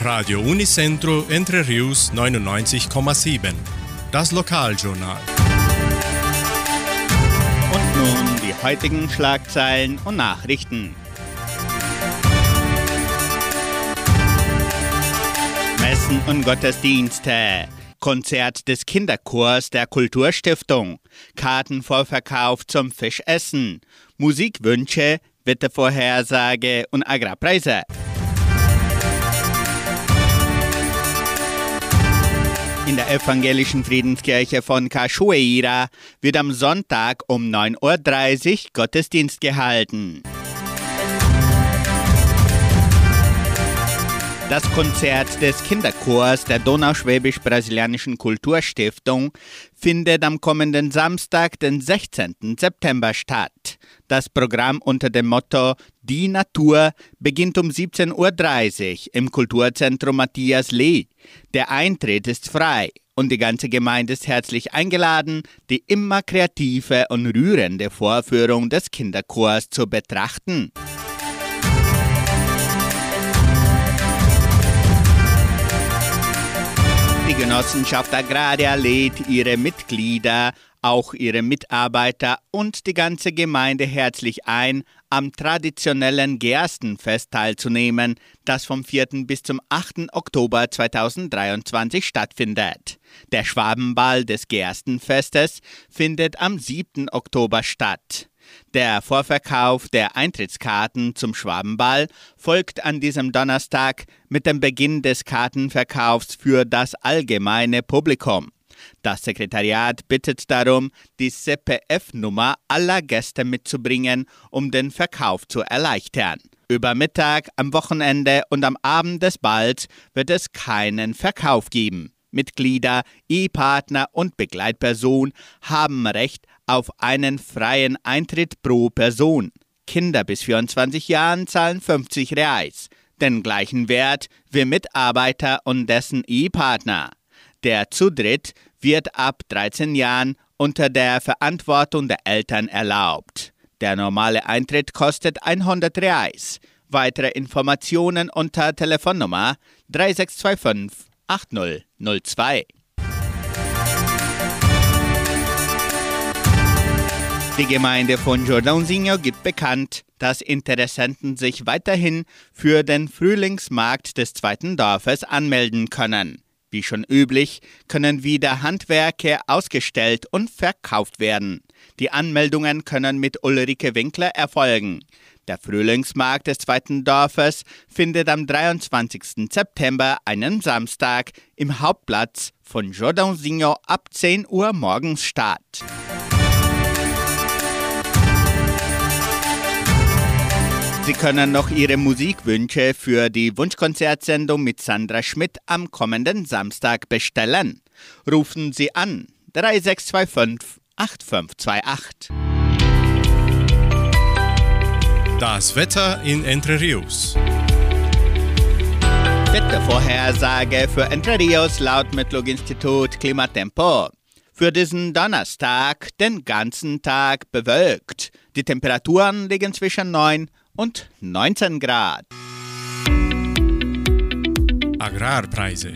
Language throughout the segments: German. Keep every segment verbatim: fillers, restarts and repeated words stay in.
Radio Unicentro Entre Rius neunundneunzig Komma sieben. Das Lokaljournal. Und nun die heutigen Schlagzeilen und Nachrichten. Messen und Gottesdienste. Konzert des Kinderchors der Kulturstiftung. Kartenvorverkauf zum Fischessen. Musikwünsche, Wettervorhersage und Agrarpreise. In der evangelischen Friedenskirche von Cachoeira wird am Sonntag um neun Uhr dreißig Gottesdienst gehalten. Das Konzert des Kinderchors der Donauschwäbisch-Brasilianischen Kulturstiftung findet am kommenden Samstag, den sechzehnten September statt. Das Programm unter dem Motto Die Natur beginnt um siebzehn Uhr dreißig im Kulturzentrum Matthias Lee. Der Eintritt ist frei und die ganze Gemeinde ist herzlich eingeladen, die immer kreative und rührende Vorführung des Kinderchors zu betrachten. Die Genossenschaft Agraria lädt ihre Mitglieder, auch ihre Mitarbeiter und die ganze Gemeinde herzlich ein, am traditionellen Gerstenfest teilzunehmen, das vom vierten bis zum achten Oktober zweitausenddreiundzwanzig stattfindet. Der Schwabenball des Gerstenfestes findet am siebten Oktober statt. Der Vorverkauf der Eintrittskarten zum Schwabenball folgt an diesem Donnerstag mit dem Beginn des Kartenverkaufs für das allgemeine Publikum. Das Sekretariat bittet darum, die C P F-Nummer aller Gäste mitzubringen, um den Verkauf zu erleichtern. Über Mittag, am Wochenende und am Abend des Balls wird es keinen Verkauf geben. Mitglieder, Ehepartner und Begleitperson haben Recht auf einen freien Eintritt pro Person. Kinder bis vierundzwanzig Jahren zahlen fünfzig Reais, den gleichen Wert wie Mitarbeiter und dessen Ehepartner. Der Zutritt wird ab dreizehn Jahren unter der Verantwortung der Eltern erlaubt. Der normale Eintritt kostet hundert Reais. Weitere Informationen unter Telefonnummer drei sechs zwei fünf acht null null zwei. Die Gemeinde von Jordãozinho gibt bekannt, dass Interessenten sich weiterhin für den Frühlingsmarkt des zweiten Dorfes anmelden können. Wie schon üblich, können wieder Handwerke ausgestellt und verkauft werden. Die Anmeldungen können mit Ulrike Winkler erfolgen. Der Frühlingsmarkt des zweiten Dorfes findet am dreiundzwanzigsten September, einen Samstag, im Hauptplatz von Jordãozinho ab zehn Uhr morgens statt. Sie können noch Ihre Musikwünsche für die Wunschkonzertsendung mit Sandra Schmidt am kommenden Samstag bestellen. Rufen Sie an drei sechs zwei fünf acht fünf zwei acht. Das Wetter in Entre Rios. Wettervorhersage für Entre Rios laut Metlog-Institut Klimatempo. Für diesen Donnerstag den ganzen Tag bewölkt. Die Temperaturen liegen zwischen neun und neunzehn Grad. Agrarpreise.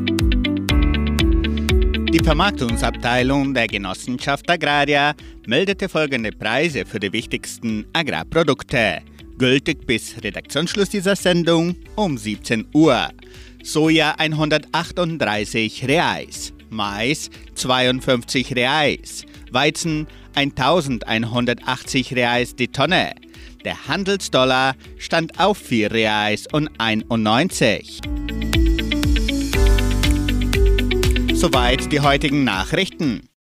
Die Vermarktungsabteilung der Genossenschaft Agraria meldete folgende Preise für die wichtigsten Agrarprodukte. Gültig bis Redaktionsschluss dieser Sendung um siebzehn Uhr. Soja hundertachtunddreißig Reais, Mais zweiundfünfzig Reais, Weizen eintausendeinhundertachtzig Reais die Tonne. Der Handelsdollar stand auf vier Reais und einundneunzig. Soweit die heutigen Nachrichten.